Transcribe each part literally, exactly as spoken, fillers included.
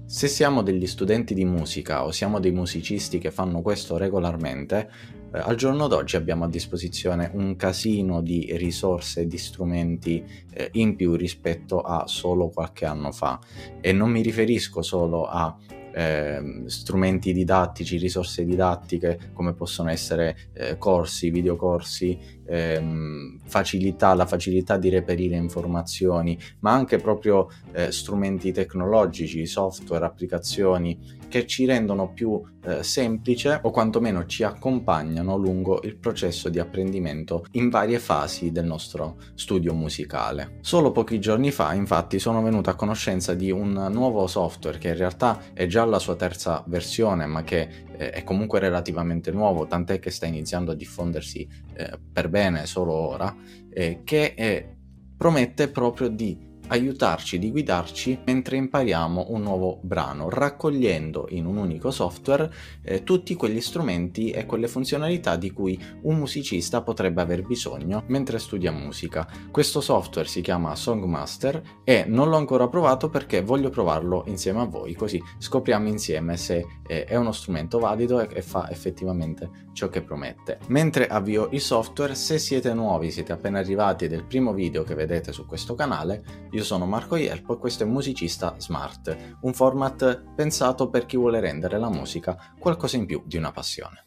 Se siamo degli studenti di musica o siamo dei musicisti che fanno questo regolarmente, eh, al giorno d'oggi abbiamo a disposizione un casino di risorse e di strumenti eh, in più rispetto a solo qualche anno fa, e non mi riferisco solo a eh, strumenti didattici, risorse didattiche come possono essere eh, corsi, videocorsi, ehm, facilità, la facilità di reperire informazioni, ma anche proprio eh, strumenti tecnologici, software, applicazioni che ci rendono più eh, semplice o quantomeno ci accompagnano lungo il processo di apprendimento in varie fasi del nostro studio musicale. Solo pochi giorni fa, infatti, sono venuto a conoscenza di un nuovo software che in realtà è già alla sua terza versione, ma che eh, è comunque relativamente nuovo, tant'è che sta iniziando a diffondersi eh, per bene solo ora, eh, che eh, promette proprio di aiutarci, di guidarci mentre impariamo un nuovo brano, raccogliendo in un unico software eh, tutti quegli strumenti e quelle funzionalità di cui un musicista potrebbe aver bisogno mentre studia musica. Questo software si chiama Songmaster e non l'ho ancora provato perché voglio provarlo insieme a voi, così scopriamo insieme se eh, è uno strumento valido e, e fa effettivamente ciò che promette. Mentre avvio il software, se siete nuovi, siete appena arrivati ed è il primo video che vedete su questo canale, io sono Marco Jelpo e questo è Musicista Smart, un format pensato per chi vuole rendere la musica qualcosa in più di una passione.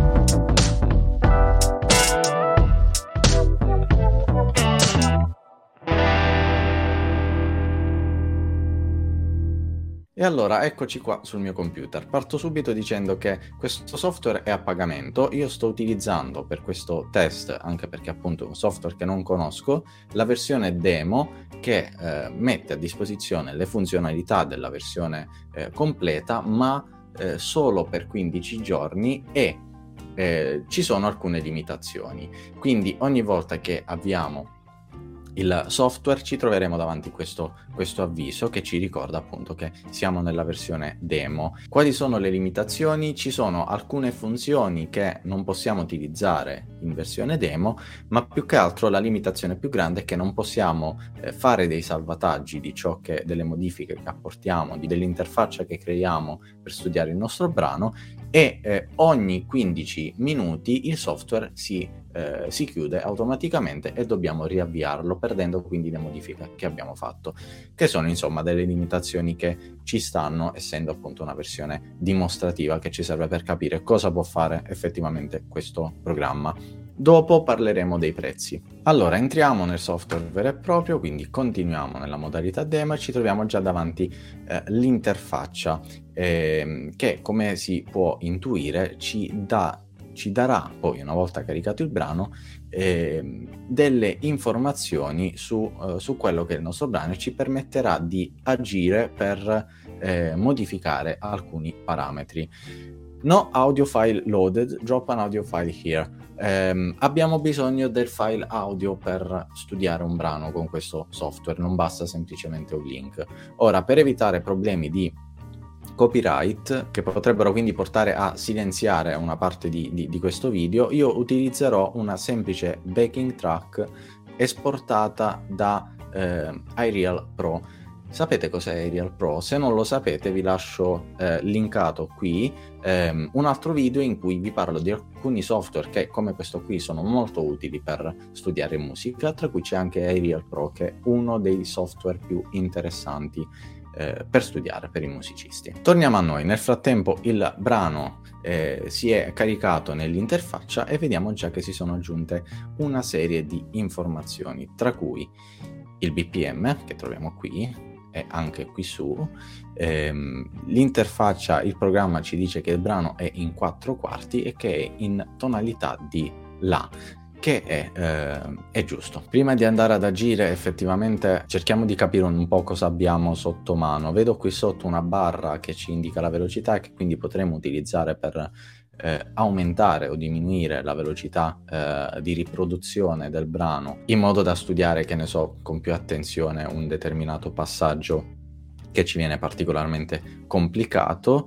E allora eccoci qua sul mio computer. Parto subito dicendo che questo software è a pagamento. Io sto utilizzando per questo test, anche perché appunto è un software che non conosco, la versione demo che eh, mette a disposizione le funzionalità della versione eh, completa, ma eh, solo per quindici giorni e eh, ci sono alcune limitazioni. Quindi ogni volta che avviamo il software ci troveremo davanti questo, questo avviso che ci ricorda appunto che siamo nella versione demo. Quali sono le limitazioni? Ci sono alcune funzioni che non possiamo utilizzare in versione demo, ma più che altro la limitazione più grande è che non possiamo eh, fare dei salvataggi di ciò che, delle modifiche che apportiamo, di, dell'interfaccia che creiamo per studiare il nostro brano, e eh, ogni quindici minuti il software si Eh, si chiude automaticamente e dobbiamo riavviarlo, perdendo quindi le modifiche che abbiamo fatto, che sono insomma delle limitazioni che ci stanno, essendo appunto una versione dimostrativa che ci serve per capire cosa può fare effettivamente questo programma. Dopo parleremo dei prezzi. Allora, entriamo nel software vero e proprio, quindi continuiamo nella modalità demo e ci troviamo già davanti eh, l'interfaccia eh, che, come si può intuire, ci dà ci darà poi, una volta caricato il brano, eh, delle informazioni su, eh, su quello che è il nostro brano e ci permetterà di agire per eh, modificare alcuni parametri. No audio file loaded, drop an audio file here. Eh, abbiamo bisogno del file audio per studiare un brano con questo software, non basta semplicemente un link. Ora, per evitare problemi di copyright che potrebbero quindi portare a silenziare una parte di, di, di questo video, io utilizzerò una semplice backing track esportata da eh, iReal Pro. Sapete cos'è iReal Pro? Se non lo sapete vi lascio eh, linkato qui ehm, un altro video in cui vi parlo di alcuni software che, come questo qui, sono molto utili per studiare musica, tra cui c'è anche iReal Pro, che è uno dei software più interessanti Eh, per studiare per i musicisti. Torniamo a noi. Nel frattempo il brano eh, si è caricato nell'interfaccia e vediamo già che si sono aggiunte una serie di informazioni, tra cui il B P M che troviamo qui e anche qui su. Ehm, l'interfaccia, il programma ci dice che il brano è in quattro quarti e che è in tonalità di La, che è, eh, è giusto. Prima di andare ad agire effettivamente cerchiamo di capire un po' cosa abbiamo sotto mano. Vedo qui sotto una barra che ci indica la velocità e che quindi potremo utilizzare per eh, aumentare o diminuire la velocità eh, di riproduzione del brano, in modo da studiare, che ne so, con più attenzione un determinato passaggio che ci viene particolarmente complicato.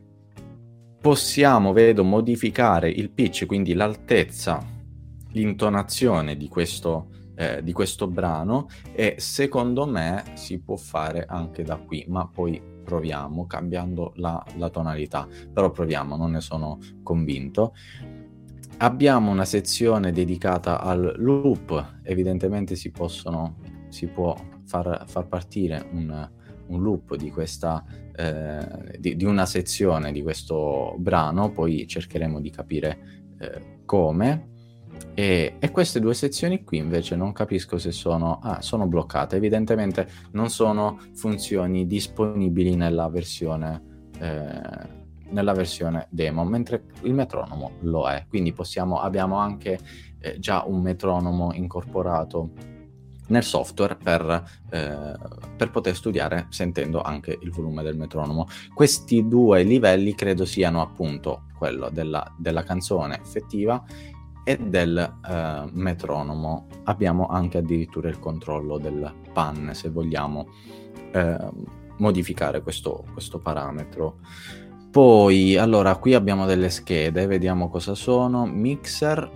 Possiamo, vedo, modificare il pitch, quindi l'altezza, l'intonazione di questo, eh, di questo brano, e secondo me si può fare anche da qui, ma poi proviamo cambiando la, la tonalità, però proviamo, non ne sono convinto. Abbiamo una sezione dedicata al loop, evidentemente si possono, si può far, far partire un, un loop di questa, eh, di, di una sezione di questo brano, poi cercheremo di capire eh, come. E, e queste due sezioni qui invece non capisco se sono, ah, sono bloccate, evidentemente non sono funzioni disponibili nella versione eh, nella versione demo, mentre il metronomo lo è, quindi possiamo, abbiamo anche eh, già un metronomo incorporato nel software per, eh, per poter studiare sentendo anche il volume del metronomo. Questi due livelli credo siano appunto quello della, della canzone effettiva e del eh, metronomo. Abbiamo anche addirittura il controllo del pan se vogliamo eh, modificare questo, questo parametro. Poi, allora, qui abbiamo delle schede, vediamo cosa sono. Mixer.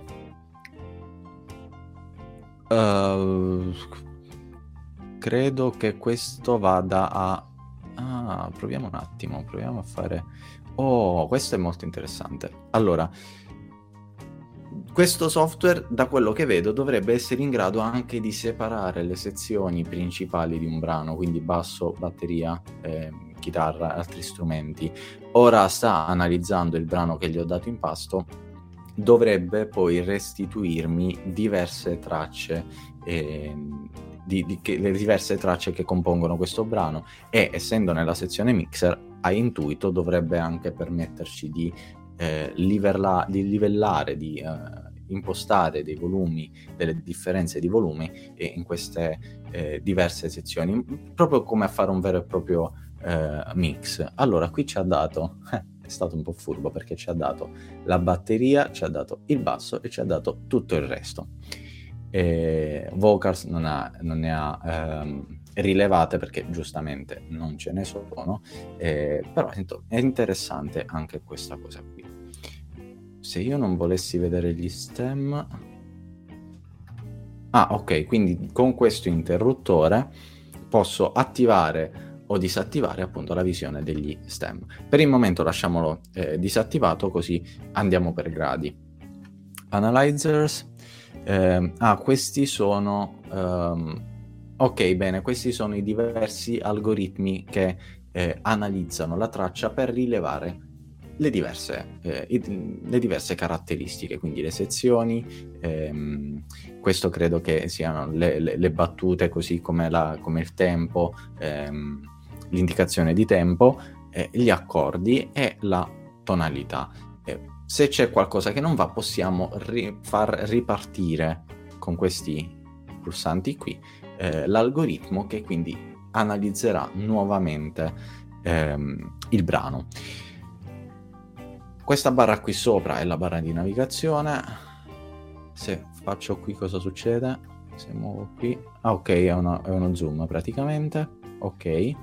Uh, credo che questo vada a... Ah, proviamo un attimo, proviamo a fare... Oh, questo è molto interessante. Allora, questo software, da quello che vedo, dovrebbe essere in grado anche di separare le sezioni principali di un brano, quindi basso, batteria, eh, chitarra, altri strumenti. Ora sta analizzando il brano che gli ho dato in pasto, dovrebbe poi restituirmi diverse tracce, eh, di, di, che, le diverse tracce che compongono questo brano, e essendo nella sezione mixer, a intuito dovrebbe anche permetterci di eh, livella, di livellare, di eh, impostare dei volumi, delle differenze di volumi eh, in queste eh, diverse sezioni, proprio come a fare un vero e proprio eh, mix. Allora qui ci ha dato eh, è stato un po' furbo perché ci ha dato la batteria, ci ha dato il basso e ci ha dato tutto il resto. E vocals non, ha, non ne ha ehm, rilevate perché giustamente non ce ne sono, eh, però è interessante anche questa cosa qui. Se io non volessi vedere gli stem... Ah, ok, quindi con questo interruttore posso attivare o disattivare appunto la visione degli stem. Per il momento lasciamolo eh, disattivato, così andiamo per gradi. Analyzers. Eh, ah, questi sono... Um, ok, bene, questi sono i diversi algoritmi che eh, analizzano la traccia per rilevare le diverse, eh, i, le diverse caratteristiche, quindi le sezioni, ehm, questo credo che siano le, le, le battute, così come, la, come il tempo, ehm, l'indicazione di tempo, eh, gli accordi e la tonalità. Eh, se c'è qualcosa che non va, possiamo ri- far ripartire con questi pulsanti qui eh, l'algoritmo che quindi analizzerà nuovamente ehm, il brano. Questa barra qui sopra è la barra di navigazione. Se faccio qui cosa succede? Se muovo qui... Ah, ok, è, una, è uno zoom praticamente. Ok.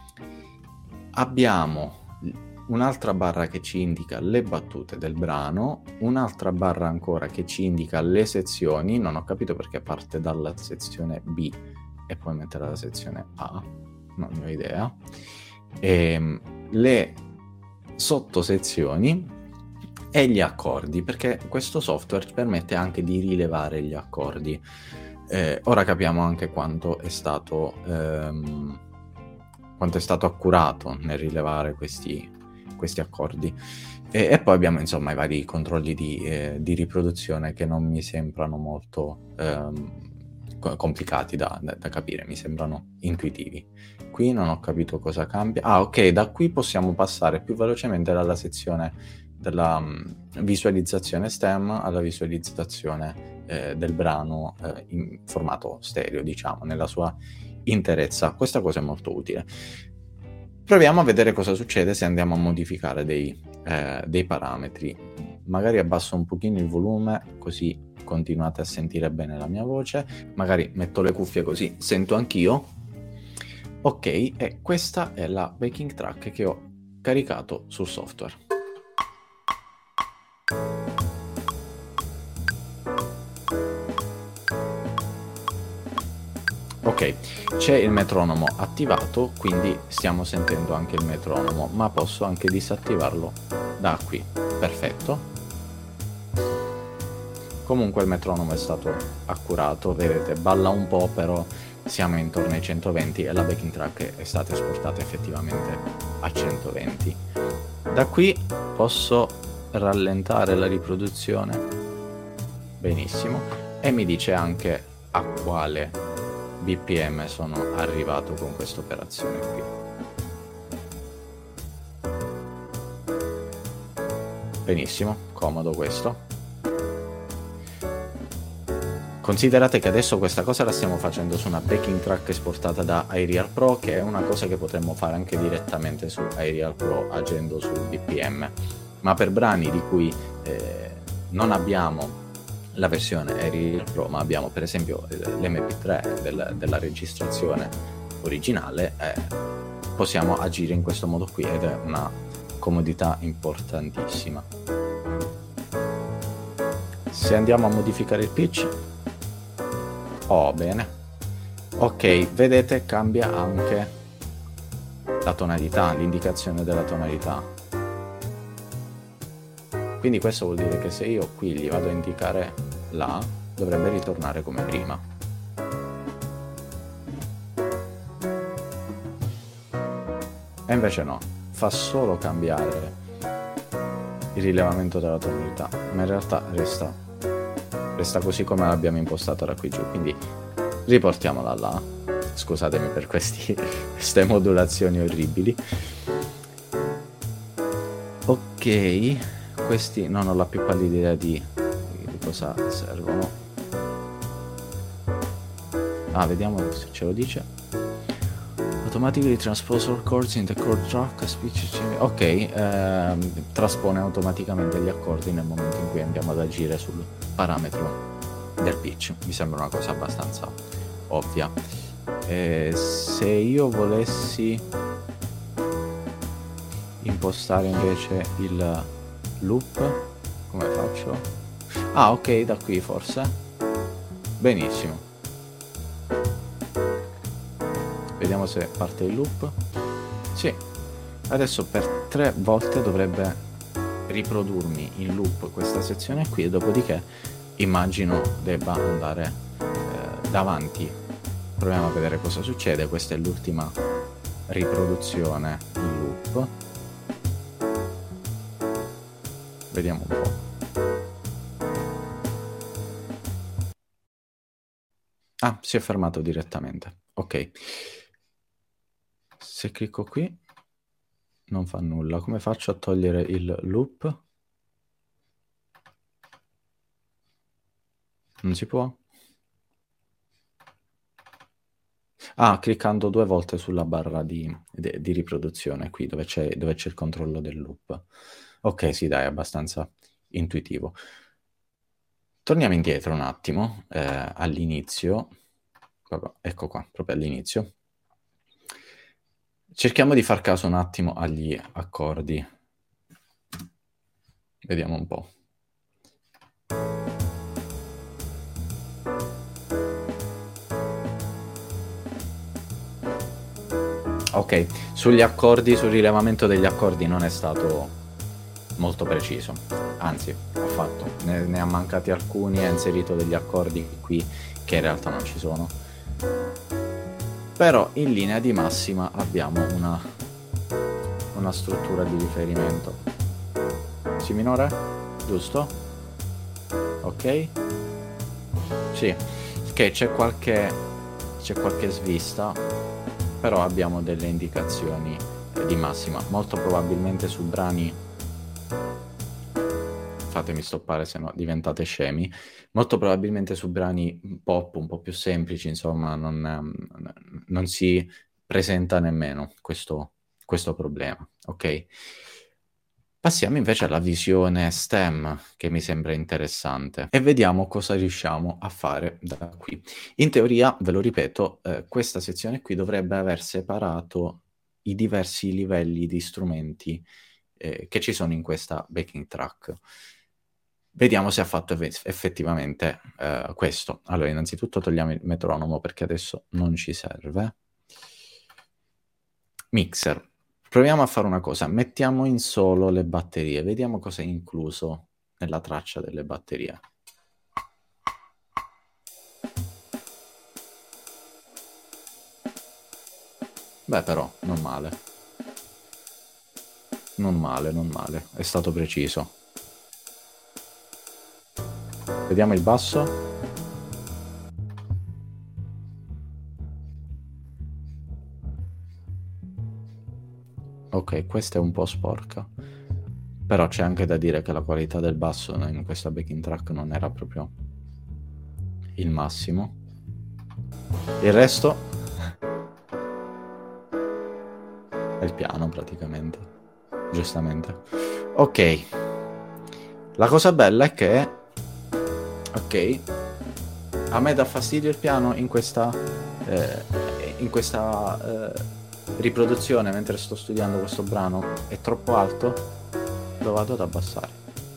Abbiamo un'altra barra che ci indica le battute del brano, un'altra barra ancora che ci indica le sezioni. Non ho capito perché parte dalla sezione B e poi mette la sezione A. Non ne ho idea. E le sottosezioni e gli accordi, perché questo software ci permette anche di rilevare gli accordi. Eh, ora capiamo anche quanto è stato ehm, quanto è stato accurato nel rilevare questi, questi accordi. E, e poi abbiamo insomma i vari controlli di, eh, di riproduzione che non mi sembrano molto ehm, complicati da, da, da capire, mi sembrano intuitivi. Qui non ho capito cosa cambia. Ah, ok, da qui possiamo passare più velocemente dalla sezione della um, visualizzazione stem alla visualizzazione eh, del brano eh, in formato stereo, diciamo, nella sua interezza. Questa cosa è molto utile. Proviamo a vedere cosa succede se andiamo a modificare dei, eh, dei parametri. Magari abbasso un pochino il volume, così continuate a sentire bene la mia voce. Magari metto le cuffie così sento anch'io. Ok, e questa è la backing track che ho caricato sul software. Ok, Ok, c'è il metronomo attivato, quindi stiamo sentendo anche il metronomo, ma posso anche disattivarlo da qui. Perfetto. Comunque il metronomo è stato accurato, vedete, balla un po', però siamo intorno ai centoventi e la backing track è stata esportata effettivamente a centoventi. Da qui posso rallentare la riproduzione, benissimo, e mi dice anche a quale B P M sono arrivato con questa operazione qui. Benissimo, comodo questo. Considerate che adesso questa cosa la stiamo facendo su una backing track esportata da iReal Pro, che è una cosa che potremmo fare anche direttamente su iReal Pro agendo sul B P M, ma per brani di cui eh, non abbiamo la versione iReal Pro, ma abbiamo per esempio l'M P tre del, della registrazione originale, eh, possiamo agire in questo modo qui ed è una comodità importantissima. Se andiamo a modificare il pitch, oh, bene. Ok, vedete, cambia anche la tonalità, l'indicazione della tonalità. Quindi questo vuol dire che se io qui gli vado a indicare La, dovrebbe ritornare come prima. E invece no, fa solo cambiare il rilevamento della tonalità, ma in realtà resta resta così come l'abbiamo impostata da qui giù, quindi riportiamola là. Scusatemi per questi, queste modulazioni orribili. Ok, questi non ho la più pallida idea di, di cosa servono. Ah, vediamo se ce lo dice. Automatically transpose all chords in the chord track, speech. Ok, ehm, traspone automaticamente gli accordi nel momento in cui andiamo ad agire sul parametro del pitch. Mi sembra una cosa abbastanza ovvia. Eh, se io volessi impostare invece il loop, come faccio? Ah, ok, da qui forse. Benissimo. Vediamo se parte il loop. Sì, adesso per tre volte dovrebbe riprodurmi in loop questa sezione qui e dopodiché immagino debba andare eh, davanti. Proviamo a vedere cosa succede. Questa è l'ultima riproduzione in loop. Vediamo un po'. Ah, si è fermato direttamente. Ok. Se clicco qui non fa nulla. Come faccio a togliere il loop? Non si può? Ah, cliccando due volte sulla barra di, di, di riproduzione, qui dove c'è, dove c'è il controllo del loop. Ok, sì, dai, è abbastanza intuitivo. Torniamo indietro un attimo, eh, all'inizio. Ecco qua, proprio all'inizio. Cerchiamo di far caso un attimo agli accordi. Vediamo un po'. Ok, sugli accordi, sul rilevamento degli accordi non è stato molto preciso, anzi, affatto, ne, ne ha mancati alcuni, ha inserito degli accordi qui che in realtà non ci sono. Però in linea di massima abbiamo una, una struttura di riferimento. Si minore? Giusto? Ok? Sì, che c'è qualche, c'è qualche svista, però abbiamo delle indicazioni di massima, molto probabilmente su brani, fatemi stoppare se no diventate scemi, molto probabilmente su brani pop un po' più semplici, insomma, non, non si presenta nemmeno questo, questo problema, ok? Passiamo invece alla visione STEM, che mi sembra interessante, e vediamo cosa riusciamo a fare da qui. In teoria, ve lo ripeto, eh, questa sezione qui dovrebbe aver separato i diversi livelli di strumenti eh, che ci sono in questa backing track. vediamo se ha fatto eff- effettivamente eh, questo. Allora, innanzitutto togliamo il metronomo perché adesso non ci serve. Mixer. Proviamo a fare una cosa, mettiamo in solo le batterie, vediamo cosa è incluso nella traccia delle batterie. Beh, però, non male. Non male, non male. È stato preciso. Vediamo il basso. Ok, questa è un po' sporca. Però c'è anche da dire che la qualità del basso in questa backing track non era proprio il massimo. Il resto è il piano praticamente, giustamente. Ok, la cosa bella è che, ok, a me dà fastidio il piano in questa, eh, in questa eh, riproduzione mentre sto studiando questo brano, è troppo alto, lo vado ad abbassare.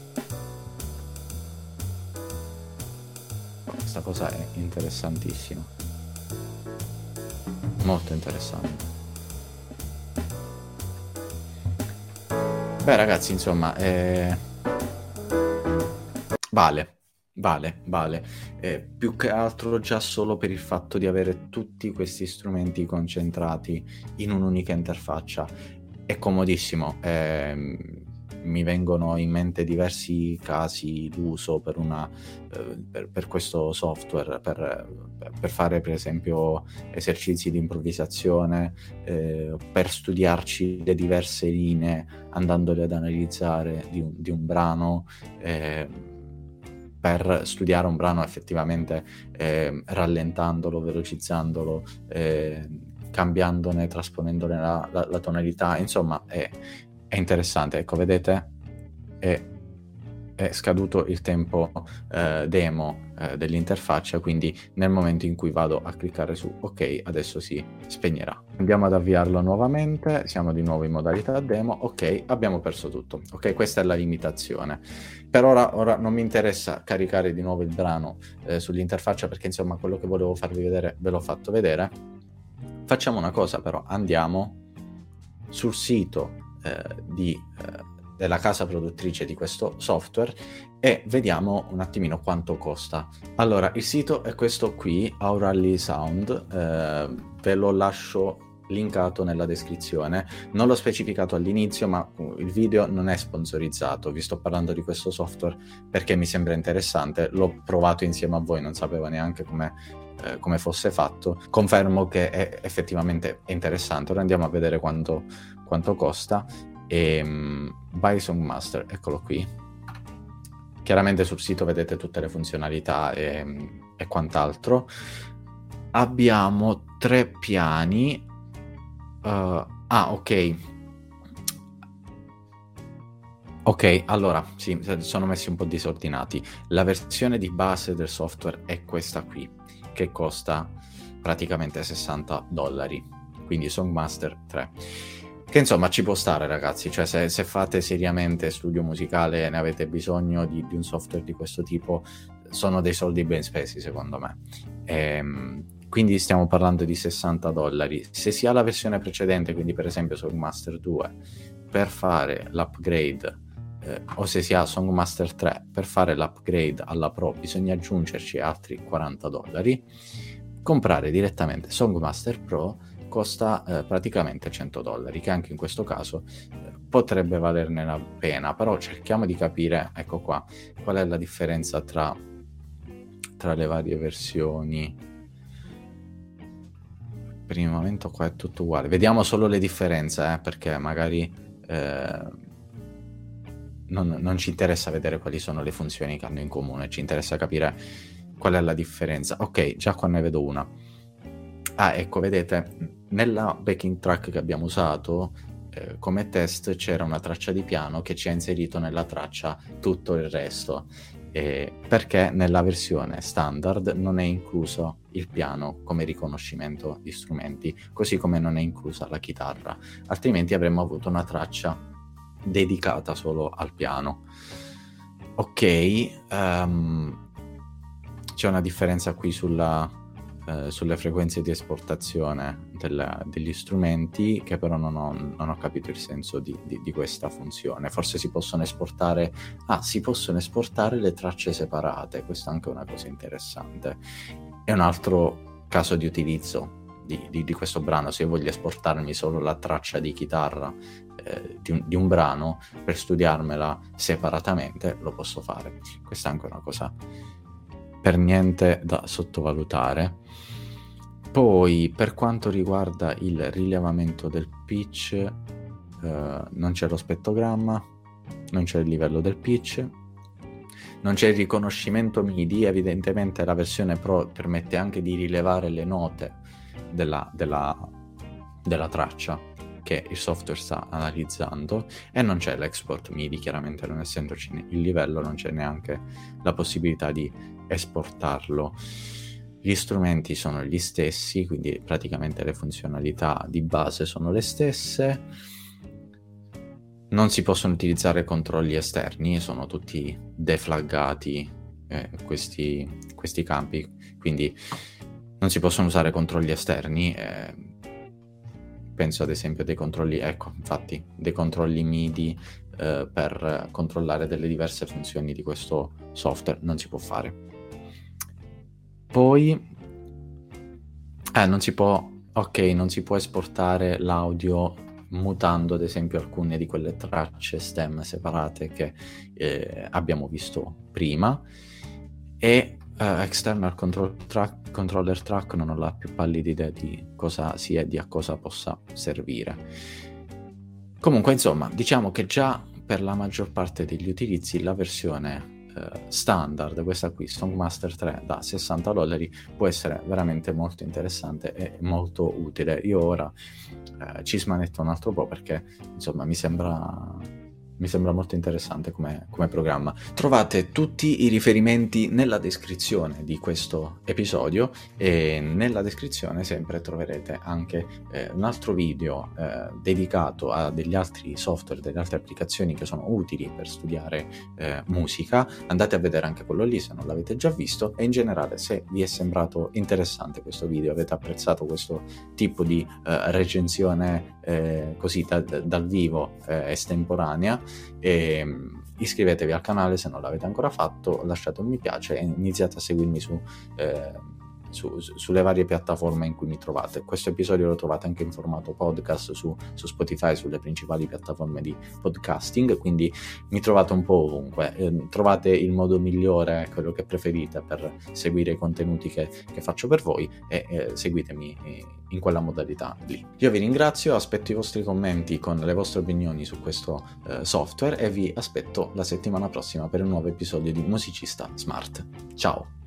Questa cosa è interessantissima, molto interessante. Beh ragazzi, insomma, eh... vale, vale, vale. Eh, più che altro già solo per il fatto di avere tutti questi strumenti concentrati in un'unica interfaccia. È comodissimo. Eh, mi vengono in mente diversi casi d'uso per, una, eh, per, per questo software, per, per fare per esempio esercizi di improvvisazione, eh, per studiarci le diverse linee, andandole ad analizzare di un, di un brano, eh, per studiare un brano effettivamente eh, rallentandolo, velocizzandolo, eh, cambiandone, trasponendone la, la, la tonalità, insomma è, è interessante. Ecco, vedete, è, è scaduto il tempo eh, demo eh, dell'interfaccia, quindi nel momento in cui vado a cliccare su ok, adesso si spegnerà. Andiamo ad avviarlo nuovamente, siamo di nuovo in modalità demo, ok, abbiamo perso tutto. Ok, questa è la limitazione. Per ora, ora non mi interessa caricare di nuovo il brano eh, sull'interfaccia perché insomma quello che volevo farvi vedere ve l'ho fatto vedere. Facciamo una cosa però, andiamo sul sito eh, di, eh, della casa produttrice di questo software e vediamo un attimino quanto costa. Allora, il sito è questo qui, Aurally Sound, eh, ve lo lascio linkato nella descrizione. Non l'ho specificato all'inizio, ma il video non è sponsorizzato. Vi sto parlando di questo software perché mi sembra interessante. L'ho provato insieme a voi, non sapevo neanche come, eh, come fosse fatto. Confermo che è effettivamente interessante. Ora andiamo a vedere quanto, quanto costa. E, um, Buy Song Master, eccolo qui. Chiaramente sul sito vedete tutte le funzionalità e, e quant'altro. Abbiamo tre piani. Uh, ah, ok. Ok, allora, sì, sono messi un po' disordinati. La versione di base del software è questa qui, che costa praticamente sessanta dollari, quindi Songmaster tre. Che insomma ci può stare, ragazzi, cioè se, se fate seriamente studio musicale e ne avete bisogno di, di un software di questo tipo, sono dei soldi ben spesi, secondo me. Ehm... Quindi stiamo parlando di sessanta dollari. Se si ha la versione precedente, quindi per esempio Songmaster due, per fare l'upgrade, eh, o se si ha Songmaster tre, per fare l'upgrade alla Pro, bisogna aggiungerci altri quaranta dollari. Comprare direttamente Songmaster Pro costa eh, praticamente cento dollari, che anche in questo caso eh, potrebbe valerne la pena, però cerchiamo di capire, ecco qua, qual è la differenza tra, tra le varie versioni. Per il momento qua è tutto uguale. Vediamo solo le differenze, eh, perché magari eh, non, non ci interessa vedere quali sono le funzioni che hanno in comune, ci interessa capire qual è la differenza. Ok, già qua ne vedo una. Ah, ecco, vedete, nella backing track che abbiamo usato eh, come test c'era una traccia di piano che ci ha inserito nella traccia tutto il resto. Eh, perché nella versione standard non è incluso il piano come riconoscimento di strumenti, così come non è inclusa la chitarra, altrimenti avremmo avuto una traccia dedicata solo al piano. ok, um, c'è una differenza qui sulla, uh, sulle frequenze di esportazione del, degli strumenti, che però non ho, non ho capito il senso di, di, di questa funzione. Forse si possono esportare, ah, si possono esportare le tracce separate, questa è anche una cosa interessante. È un altro caso di utilizzo Di, di, di questo brano. Se io voglio esportarmi solo la traccia di chitarra eh, di, un, di un brano per studiarmela separatamente, lo posso fare. Questa è anche una cosa per niente da sottovalutare. Poi, per quanto riguarda il rilevamento del pitch, eh, non c'è lo spettogramma, non c'è il livello del pitch, non c'è il riconoscimento M I D I. Evidentemente la versione Pro permette anche di rilevare le note Della, della, della traccia che il software sta analizzando, e non c'è l'export M I D I, chiaramente non essendoci il livello non c'è neanche la possibilità di esportarlo. Gli strumenti sono gli stessi, quindi praticamente le funzionalità di base sono le stesse. Non si possono utilizzare controlli esterni, sono tutti deflaggati eh, questi, questi campi, quindi non si possono usare controlli esterni. Eh, penso ad esempio dei controlli, ecco, infatti, dei controlli M I D I eh, per controllare delle diverse funzioni di questo software, non si può fare. Poi, eh, non si può, ok, non si può esportare l'audio mutando ad esempio alcune di quelle tracce stem separate che eh, abbiamo visto prima, e Uh, external control track, controller track non ho la più pallida idea di cosa sia e di a cosa possa servire. Comunque, insomma, diciamo che già per la maggior parte degli utilizzi la versione uh, standard, questa qui, Songmaster tre da sessanta dollari, può essere veramente molto interessante e molto utile. Io ora uh, ci smanetto un altro po' perché, insomma, mi sembra... mi sembra molto interessante come, come programma. Trovate tutti i riferimenti nella descrizione di questo episodio, e nella descrizione sempre troverete anche eh, un altro video eh, dedicato a degli altri software, delle altre applicazioni che sono utili per studiare eh, musica. Andate a vedere anche quello lì se non l'avete già visto, e in generale se vi è sembrato interessante questo video, avete apprezzato questo tipo di eh, recensione eh, così da, dal vivo eh, estemporanea, e iscrivetevi al canale se non l'avete ancora fatto, lasciate un mi piace e iniziate a seguirmi su, eh, su, su sulle varie piattaforme in cui mi trovate. Questo episodio lo trovate anche in formato podcast su, su Spotify, sulle principali piattaforme di podcasting, quindi mi trovate un po' ovunque. Eh, trovate il modo migliore, quello che preferite, per seguire i contenuti che, che faccio per voi, e eh, seguitemi eh, in quella modalità lì. Io vi ringrazio, aspetto i vostri commenti con le vostre opinioni su questo eh, software, e vi aspetto la settimana prossima per un nuovo episodio di Musicista Smart. Ciao!